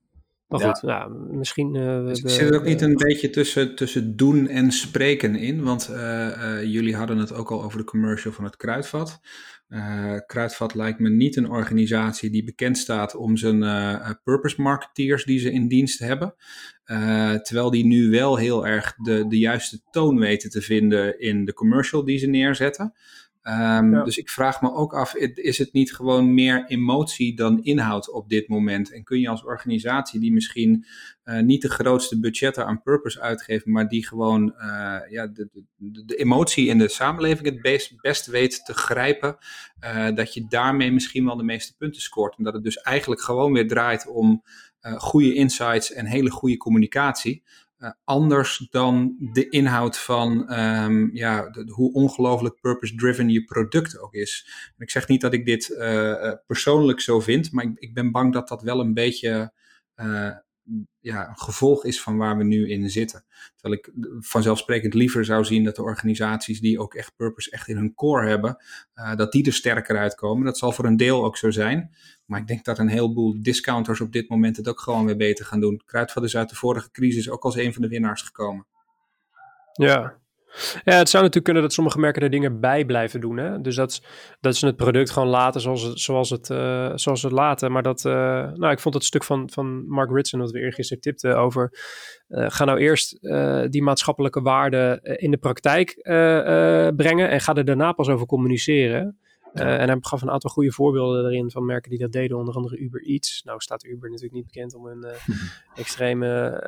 Maar goed, ja. nou, misschien... Uh, we, Zit er ook niet uh, een beetje tussen, tussen doen en spreken in? Want uh, uh, jullie hadden het ook al over de commercial van het Kruidvat. Uh, Kruidvat lijkt me niet een organisatie die bekend staat om zijn uh, purpose marketeers die ze in dienst hebben. Uh, terwijl die nu wel heel erg de, de juiste toon weten te vinden in de commercial die ze neerzetten. Um, ja. Dus ik vraag me ook af, is het niet gewoon meer emotie dan inhoud op dit moment? En kun je als organisatie die misschien uh, niet de grootste budgetten aan purpose uitgeven, maar die gewoon uh, ja, de, de, de emotie in de samenleving het best, best weet te grijpen, uh, dat je daarmee misschien wel de meeste punten scoort. En dat het dus eigenlijk gewoon weer draait om uh, goede insights en hele goede communicatie. Uh, anders dan de inhoud van um, ja, de, de, hoe ongelooflijk purpose-driven je product ook is. En ik zeg niet dat ik dit uh, persoonlijk zo vind, maar ik, ik ben bang dat dat wel een beetje uh, ja, een gevolg is van waar we nu in zitten. Terwijl ik vanzelfsprekend liever zou zien dat de organisaties die ook echt purpose echt in hun core hebben, uh, dat die er sterker uitkomen. Dat zal voor een deel ook zo zijn. Maar ik denk dat een heleboel discounters op dit moment het ook gewoon weer beter gaan doen. Kruidvat is uit de vorige crisis ook als een van de winnaars gekomen. Ja. Ja, het zou natuurlijk kunnen dat sommige merken er dingen bij blijven doen. Hè? Dus dat, dat ze het product gewoon laten zoals het, zoals het, uh, zoals het laten. Maar dat, uh, nou, ik vond het stuk van, van Mark Ritson, dat we eergisteren tipten over, uh, ga nou eerst uh, die maatschappelijke waarden uh, in de praktijk uh, uh, brengen en ga er daarna pas over communiceren. Uh, en hij gaf een aantal goede voorbeelden erin van merken die dat deden, onder andere Uber Eats. Nou staat Uber natuurlijk niet bekend om een uh, extreme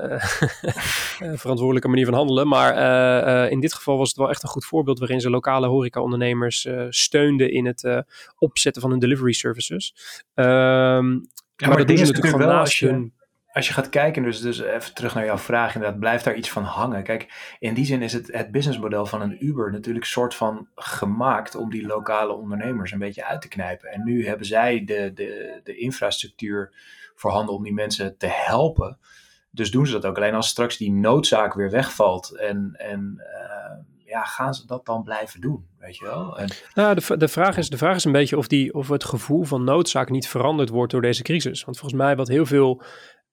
uh, verantwoordelijke manier van handelen. Maar uh, uh, in dit geval was het wel echt een goed voorbeeld waarin ze lokale horeca-ondernemers uh, steunden in het uh, opzetten van hun delivery services. Um, ja, maar, maar dat doen ze natuurlijk gewoon naast hun... Als je gaat kijken, dus, dus even terug naar jouw vraag, inderdaad, blijft daar iets van hangen. Kijk, in die zin is het, het businessmodel van een Uber natuurlijk soort van gemaakt om die lokale ondernemers een beetje uit te knijpen. En nu hebben zij de, de, de infrastructuur voorhanden om die mensen te helpen. Dus doen ze dat ook. Alleen als straks die noodzaak weer wegvalt en, en uh, ja, gaan ze dat dan blijven doen, weet je wel? En... Nou, de, de, vraag is, de vraag is een beetje of, die, of het gevoel van noodzaak niet veranderd wordt door deze crisis. Want volgens mij wat heel veel...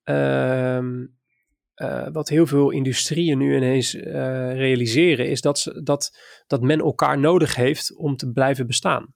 Uh, uh, wat heel veel industrieën nu ineens uh, realiseren is dat, ze, dat, dat men elkaar nodig heeft om te blijven bestaan.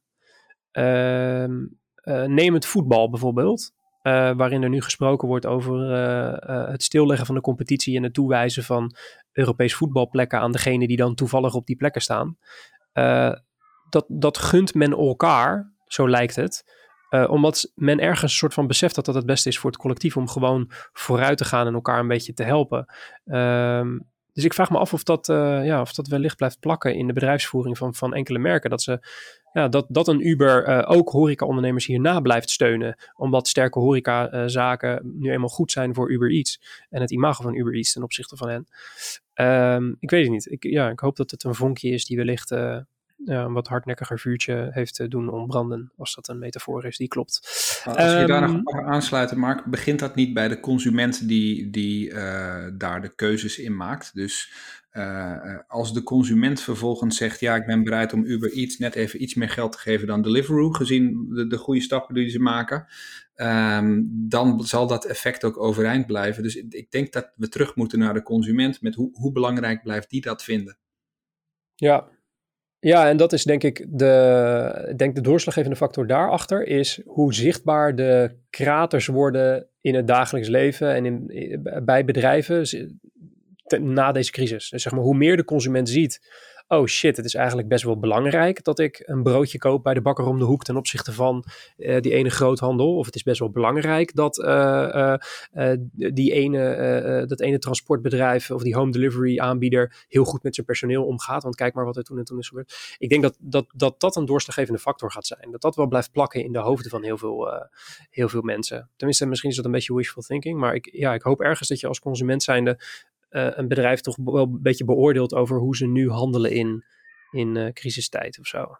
Uh, uh, neem het voetbal bijvoorbeeld, uh, waarin er nu gesproken wordt over uh, uh, het stilleggen van de competitie en het toewijzen van Europees voetbalplekken aan degene die dan toevallig op die plekken staan. Uh, dat, dat gunt men elkaar, zo lijkt het. Uh, omdat men ergens een soort van beseft dat dat het beste is voor het collectief om gewoon vooruit te gaan en elkaar een beetje te helpen. Um, dus ik vraag me af of dat, uh, ja, of dat wellicht blijft plakken in de bedrijfsvoering van, van enkele merken. Dat, ze, ja, dat, dat een Uber uh, ook horeca-ondernemers hierna blijft steunen. Omdat sterke horecazaken nu eenmaal goed zijn voor Uber Eats. En het imago van Uber Eats ten opzichte van hen. Um, ik weet het niet. Ik, ja, ik hoop dat het een vonkje is die wellicht... Uh, Ja, een wat hardnekkiger vuurtje heeft te doen ontbranden, als dat een metafoor is, die klopt. Als je um, daar nog op mag aansluiten, Mark, begint dat niet bij de consument die, die uh, daar de keuzes in maakt? Dus uh, als de consument vervolgens zegt, ja, ik ben bereid om Uber Eats net even iets meer geld te geven dan Deliveroo, gezien de, de goede stappen die ze maken, um, dan zal dat effect ook overeind blijven. Dus ik denk dat we terug moeten naar de consument met hoe, hoe belangrijk blijft die dat vinden. Ja. Ja, en dat is denk ik de, ik denk de doorslaggevende factor daarachter is hoe zichtbaar de kraters worden in het dagelijks leven en in, bij bedrijven te, na deze crisis. Dus zeg maar, hoe meer de consument ziet, oh shit, het is eigenlijk best wel belangrijk dat ik een broodje koop bij de bakker om de hoek ten opzichte van uh, die ene groothandel. Of het is best wel belangrijk dat uh, uh, uh, die ene, uh, dat ene transportbedrijf of die home delivery aanbieder heel goed met zijn personeel omgaat. Want kijk maar wat er toen en toen is gebeurd. Ik denk dat dat, dat, dat een doorslaggevende factor gaat zijn. Dat dat wel blijft plakken in de hoofden van heel veel, uh, heel veel mensen. Tenminste, misschien is dat een beetje wishful thinking. Maar ik, ja, ik hoop ergens dat je als consument zijnde Uh, een bedrijf toch wel een beetje beoordeelt over hoe ze nu handelen in, in uh, crisistijd of zo.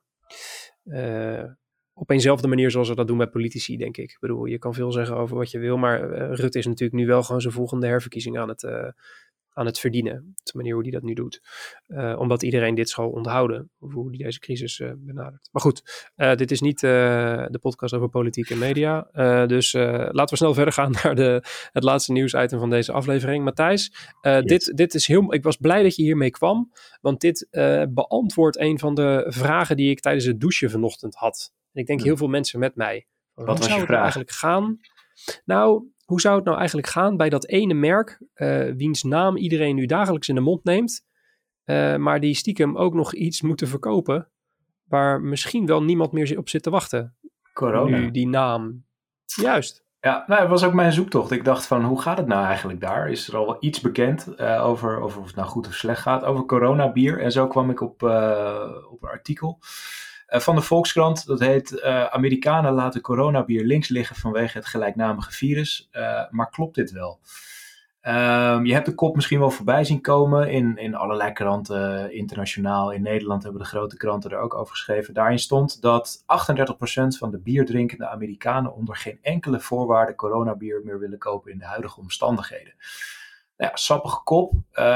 Uh, op eenzelfde manier zoals we dat doen bij politici, denk ik. Ik bedoel, je kan veel zeggen over wat je wil, maar uh, Rutte is natuurlijk nu wel gewoon zijn volgende herverkiezing aan het, uh, aan het verdienen. De manier hoe hij dat nu doet. Uh, omdat iedereen dit zal onthouden. Of hoe hij deze crisis uh, benadert. Maar goed, uh, dit is niet uh, de podcast over politiek en media. Uh, dus uh, laten we snel verder gaan naar de, het laatste nieuwsitem van deze aflevering. Matthijs, uh, yes. dit, dit is heel, ik was blij dat je hiermee kwam. Want dit uh, beantwoordt een van de vragen die ik tijdens het douchen vanochtend had. En ik denk ja. heel veel mensen met mij. Wat was hoe zou je het vraag? Nou eigenlijk gaan? Nou, hoe zou het nou eigenlijk gaan bij dat ene merk, uh, wiens naam iedereen nu dagelijks in de mond neemt, uh, maar die stiekem ook nog iets moeten verkopen, waar misschien wel niemand meer op zit te wachten. Corona. Nu die naam. Juist. Ja, nou, dat was ook mijn zoektocht. Ik dacht van, hoe gaat het nou eigenlijk daar? Is er al wel iets bekend uh, over, over of het nou goed of slecht gaat, over coronabier? En zo kwam ik op, uh, op een artikel uh, van de Volkskrant. Dat heet, uh, Amerikanen laten coronabier links liggen vanwege het gelijknamige virus. Uh, maar klopt dit wel? Um, je hebt de kop misschien wel voorbij zien komen in, in allerlei kranten, internationaal. In Nederland hebben de grote kranten er ook over geschreven. Daarin stond dat achtendertig procent van de bierdrinkende Amerikanen onder geen enkele voorwaarde coronabier meer willen kopen in de huidige omstandigheden. Nou ja, sappige kop.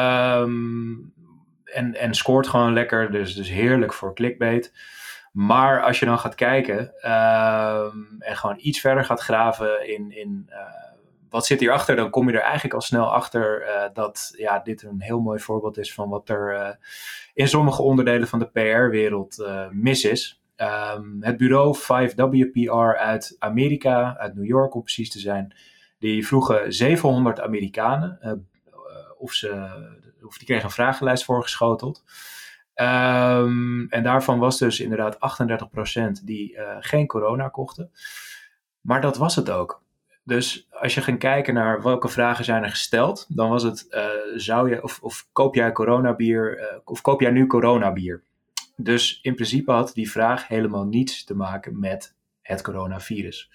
Um, en, en scoort gewoon lekker, dus, dus heerlijk voor clickbait. Maar als je dan gaat kijken um, en gewoon iets verder gaat graven in... in uh, wat zit hierachter, dan kom je er eigenlijk al snel achter uh, dat ja, dit een heel mooi voorbeeld is van wat er uh, in sommige onderdelen van de P R-wereld uh, mis is. Um, het bureau vijf W P R uit Amerika, uit New York om precies te zijn, die vroegen zevenhonderd Amerikanen uh, uh, of, ze, of die kregen een vragenlijst voorgeschoteld. Um, en daarvan was dus inderdaad achtendertig procent die uh, geen corona kochten. Maar dat was het ook. Dus als je ging kijken naar welke vragen zijn er gesteld, dan was het, uh, zou je, of, of koop jij coronabier, uh, of koop jij nu coronabier? Dus in principe had die vraag helemaal niets te maken met het coronavirus.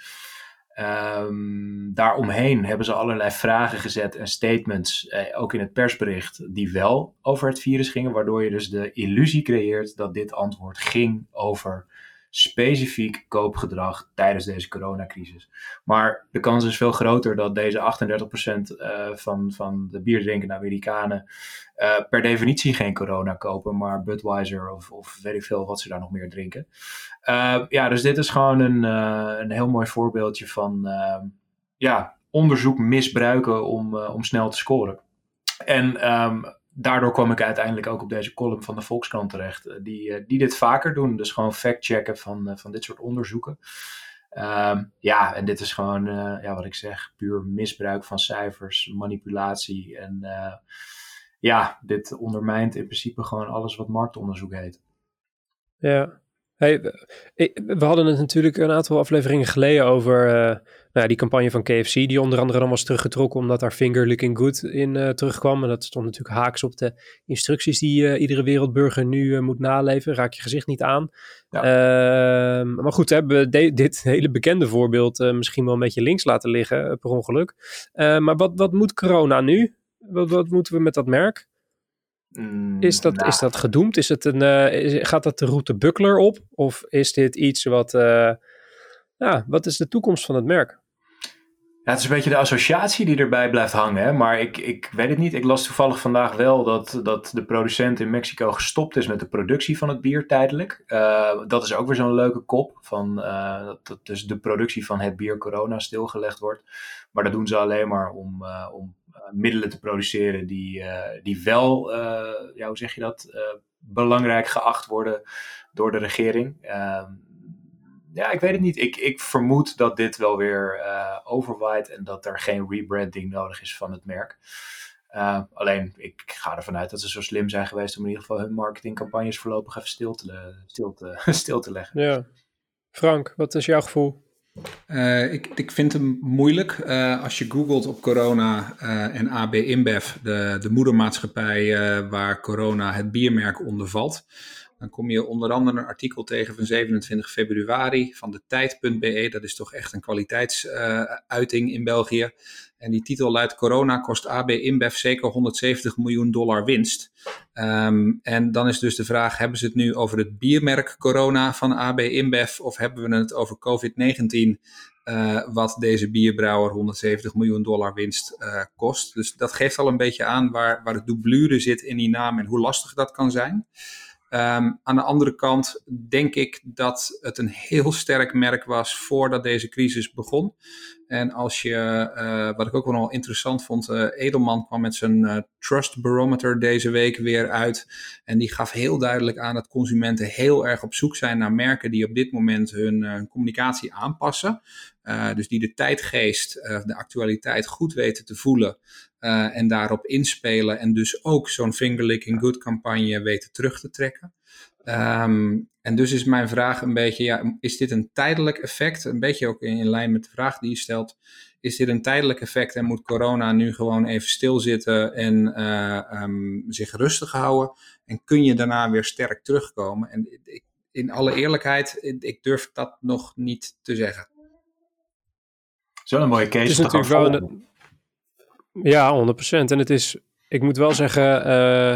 Um, daaromheen hebben ze allerlei vragen gezet en statements, eh, ook in het persbericht, die wel over het virus gingen, waardoor je dus de illusie creëert dat dit antwoord ging over specifiek koopgedrag tijdens deze coronacrisis. Maar de kans is veel groter dat deze achtendertig procent uh, van, van de bierdrinkende Amerikanen uh, per definitie geen corona kopen, maar Budweiser of, of weet ik veel wat ze daar nog meer drinken. Uh, ja, dus dit is gewoon een, uh, een heel mooi voorbeeldje van uh, ja, onderzoek misbruiken om, uh, om snel te scoren. En um, daardoor kwam ik uiteindelijk ook op deze column van de Volkskrant terecht, die, die dit vaker doen. Dus gewoon fact-checken van, van dit soort onderzoeken. Um, ja, en dit is gewoon, uh, ja, wat ik zeg, puur misbruik van cijfers, manipulatie. En uh, ja, dit ondermijnt in principe gewoon alles wat marktonderzoek heet. Ja. Hey, we hadden het natuurlijk een aantal afleveringen geleden over uh, nou ja, die campagne van K F C, die onder andere dan was teruggetrokken omdat daar Finger Licking Good in uh, terugkwam. En dat stond natuurlijk haaks op de instructies die uh, iedere wereldburger nu uh, moet naleven. Raak je gezicht niet aan. Ja. Uh, maar goed, hebben we de, dit hele bekende voorbeeld uh, misschien wel een beetje links laten liggen, uh, per ongeluk. Uh, maar wat, wat moet corona nu? Wat, wat moeten we met dat merk? Is dat, nou. is dat gedoemd? Is het een, uh, is, gaat dat de route Buckler op? Of is dit iets wat... Uh, ja, wat is de toekomst van het merk? Ja, het is een beetje de associatie die erbij blijft hangen. Hè? Maar ik, ik weet het niet. Ik las toevallig vandaag wel dat, dat de producent in Mexico gestopt is met de productie van het bier tijdelijk. Uh, dat is ook weer zo'n leuke kop. Van, uh, dat, dat dus de productie van het bier corona stilgelegd wordt. Maar dat doen ze alleen maar om... Uh, om middelen te produceren die, uh, die wel, uh, ja, hoe zeg je dat, uh, belangrijk geacht worden door de regering. Uh, ja, ik weet het niet. Ik, ik vermoed dat dit wel weer uh, overwaait en dat er geen rebranding nodig is van het merk. Uh, alleen, ik ga ervan uit dat ze zo slim zijn geweest om in ieder geval hun marketingcampagnes voorlopig even stil te, stil te, stil te leggen. Ja. Frank, wat is jouw gevoel? Uh, ik, ik vind hem moeilijk. Uh, als je googelt op corona uh, en A B InBev, de, de moedermaatschappij uh, waar corona het biermerk onder valt, dan kom je onder andere een artikel tegen van zevenentwintig februari van de tijd punt b e. Dat is toch echt een kwaliteitsuiting uh, in België. En die titel luidt: Corona kost A B InBev zeker honderdzeventig miljoen dollar winst. Um, en dan is dus de vraag, hebben ze het nu over het biermerk Corona van A B InBev of hebben we het over covid negentien, uh, wat deze bierbrouwer honderdzeventig miljoen dollar winst uh, kost. Dus dat geeft al een beetje aan waar, waar de doublure zit in die naam en hoe lastig dat kan zijn. Um, aan de andere kant denk ik dat het een heel sterk merk was voordat deze crisis begon. En als je, uh, wat ik ook wel nog interessant vond, uh, Edelman kwam met zijn uh, Trust Barometer deze week weer uit. En die gaf heel duidelijk aan dat consumenten heel erg op zoek zijn naar merken die op dit moment hun uh, communicatie aanpassen. Uh, dus die de tijdgeest, uh, de actualiteit goed weten te voelen uh, en daarop inspelen. En dus ook zo'n finger licking good campagne weten terug te trekken. Um, en dus is mijn vraag een beetje, ja, is dit een tijdelijk effect? Een beetje ook in, in lijn met de vraag die je stelt. Is dit een tijdelijk effect en moet corona nu gewoon even stilzitten en uh, um, zich rustig houden? En kun je daarna weer sterk terugkomen? En ik, in alle eerlijkheid, ik durf dat nog niet te zeggen. Zo'n mooie case. Het is natuurlijk wel een, ja, honderd procent. En het is, ik moet wel zeggen, uh,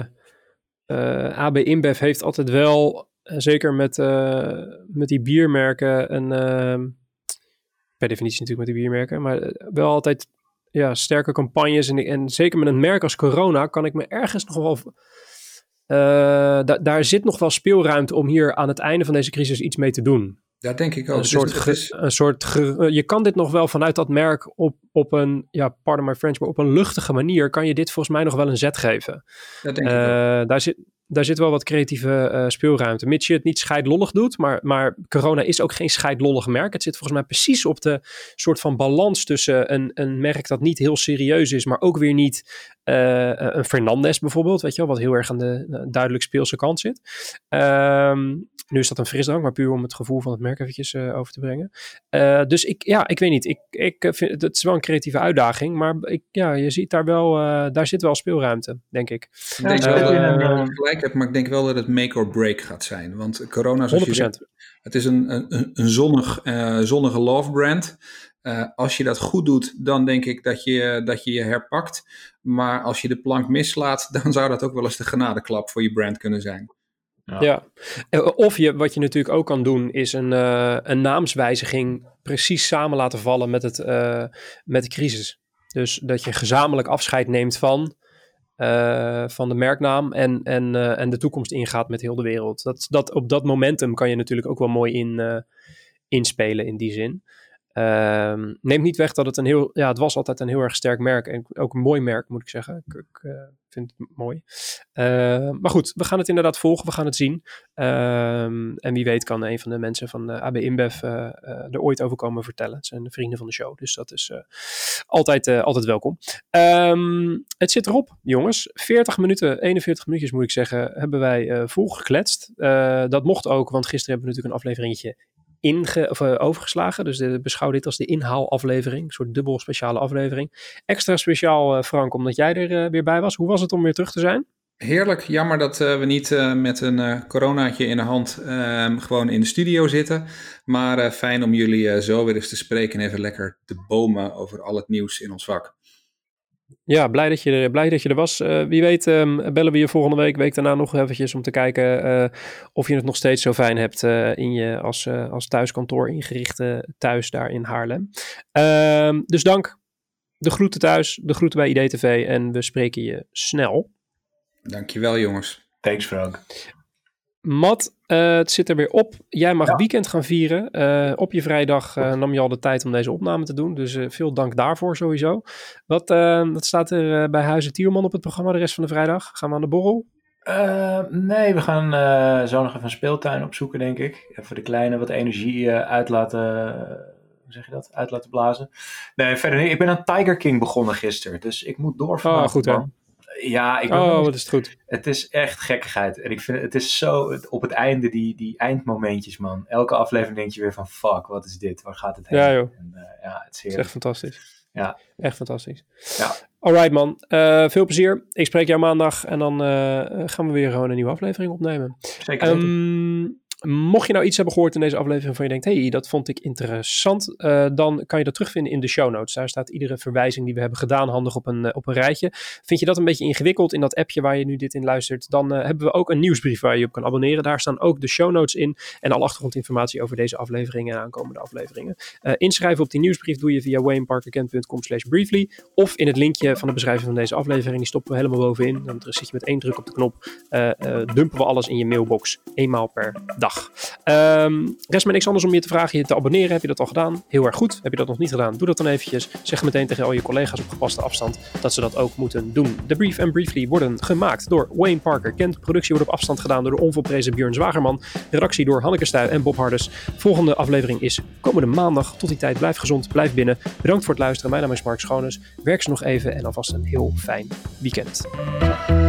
uh, A B InBev heeft altijd wel, uh, zeker met, uh, met die biermerken, een, uh, per definitie natuurlijk met die biermerken, maar wel altijd ja, sterke campagnes. En, en zeker met een merk als Corona kan ik me ergens nog wel... Uh, da- daar zit nog wel speelruimte om hier aan het einde van deze crisis iets mee te doen. Dat denk ik ook. Een soort, dus, ge, is... een soort ge, je kan dit nog wel vanuit dat merk op, op een, ja, pardon my French, maar op een luchtige manier kan je dit volgens mij nog wel een zet geven. Dat denk uh, ik ook. Daar zit, daar zit wel wat creatieve uh, speelruimte. Mits je het niet scheidlollig doet, maar, maar Corona is ook geen scheidlollig merk. Het zit volgens mij precies op de soort van balans tussen een, een merk dat niet heel serieus is, maar ook weer niet uh, een Fernandes bijvoorbeeld, weet je wel, wat heel erg aan de uh, duidelijk speelse kant zit. Um, Nu is dat een frisdrank, maar puur om het gevoel van het merk eventjes uh, over te brengen. Uh, dus ik, ja, ik weet niet. Ik, ik vind, het is wel een creatieve uitdaging, maar ik, ja, je ziet daar wel, uh, daar zit wel speelruimte, denk ik. Ik denk uh, wel dat je uh, gelijk hebt, maar ik denk wel dat het make or break gaat zijn. Want corona, zoals honderd procent. je zegt, het is een, een, een zonnig, uh, zonnige love brand. Uh, als je dat goed doet, dan denk ik dat je, dat je je herpakt. Maar als je de plank mislaat, dan zou dat ook wel eens de genadeklap voor je brand kunnen zijn. Ja. ja, of je, wat je natuurlijk ook kan doen, is een, uh, een naamswijziging precies samen laten vallen met, het, uh, met de crisis. Dus dat je gezamenlijk afscheid neemt van, uh, van de merknaam en, en, uh, en de toekomst ingaat met heel de wereld. Dat, dat, op dat momentum kan je natuurlijk ook wel mooi in, uh, inspelen in die zin. Uh, neemt niet weg dat het een heel, ja, het was altijd een heel erg sterk merk en ook een mooi merk, moet ik zeggen. Ik, ik uh, vind het mooi. Uh, maar goed, we gaan het inderdaad volgen, we gaan het zien. Uh, en wie weet kan een van de mensen van uh, A B InBev uh, uh, er ooit over komen vertellen. Het zijn de vrienden van de show, dus dat is uh, altijd, uh, altijd welkom. Um, het zit erop, jongens. veertig minuten, eenenveertig minuutjes moet ik zeggen, hebben wij uh, volgekletst. Uh, dat mocht ook, want gisteren hebben we natuurlijk een afleveringetje Inge, of, uh, overgeslagen. Dus de, beschouw dit als de inhaalaflevering. Een soort dubbel speciale aflevering. Extra speciaal, uh, Frank, omdat jij er uh, weer bij was. Hoe was het om weer terug te zijn? Heerlijk. Jammer dat uh, we niet uh, met een uh, coronaatje in de hand uh, gewoon in de studio zitten. Maar uh, fijn om jullie uh, zo weer eens te spreken en even lekker te bomen over al het nieuws in ons vak. Ja, blij dat je er, blij dat je er was. Uh, wie weet um, bellen we je volgende week, week daarna nog eventjes om te kijken uh, of je het nog steeds zo fijn hebt uh, in je als, uh, als thuiskantoor ingerichte thuis daar in Haarlem. Uh, dus dank. De groeten thuis, de groeten bij I D T V en we spreken je snel. Dankjewel jongens. Thanks Frank. Matt, uh, het zit er weer op. Jij mag ja. weekend gaan vieren. Uh, op je vrijdag uh, nam je al de tijd om deze opname te doen. Dus uh, veel dank daarvoor sowieso. Wat, uh, wat staat er uh, bij Huizen Tierman op het programma de rest van de vrijdag? Gaan we aan de borrel? Uh, nee, we gaan uh, zo nog even een speeltuin opzoeken, denk ik. Even de kleine wat energie uh, uit laten... Uh, hoe zeg je dat? Uit laten blazen. Nee, verder niet. Ik ben aan Tiger King begonnen gisteren. Dus ik moet door vandaag. Oh, goed hè? Ja, ik oh, wat is het goed. Het is echt gekkigheid. En ik vind het is zo, op het einde, die, die eindmomentjes, man. Elke aflevering denk je weer van, fuck, wat is dit? Waar gaat het heen? Ja, joh. En, uh, ja, het is, het is echt fantastisch. Ja. Echt fantastisch. Ja. Alright, man. Uh, veel plezier. Ik spreek jou maandag en dan uh, gaan we weer gewoon een nieuwe aflevering opnemen. Zeker. Um, mocht je nou iets hebben gehoord in deze aflevering waarvan je denkt, hey, dat vond ik interessant, uh, dan kan je dat terugvinden in de show notes. Daar staat iedere verwijzing die we hebben gedaan handig op een, uh, op een rijtje. Vind je dat een beetje ingewikkeld in dat appje waar je nu dit in luistert, dan uh, hebben we ook een nieuwsbrief waar je op kan abonneren. Daar staan ook de show notes in en alle achtergrondinformatie over deze afleveringen en aankomende afleveringen. Uh, inschrijven op die nieuwsbrief doe je via wayneparkerkent.com slash briefly of in het linkje van de beschrijving van deze aflevering. Die stoppen we helemaal bovenin. Dan zit je met één druk op de knop, uh, uh, dumpen we alles in je mailbox. Eenmaal per dag. Um, rest me niks anders om je te vragen je te abonneren. Heb je dat al gedaan? Heel erg goed. Heb je dat nog niet gedaan? Doe dat dan eventjes. Zeg meteen tegen al je collega's op gepaste afstand dat ze dat ook moeten doen. De Brief en Briefly worden gemaakt door Wayne Parker Kent. Productie wordt op afstand gedaan door de onvolprezen Björn Zwagerman. Redactie door Hanneke Stuy en Bob Hardes. Volgende aflevering is komende maandag. Tot die tijd blijf gezond, blijf binnen. Bedankt voor het luisteren. Mijn naam is Mark Schoones. Werk ze nog even en alvast een heel fijn weekend.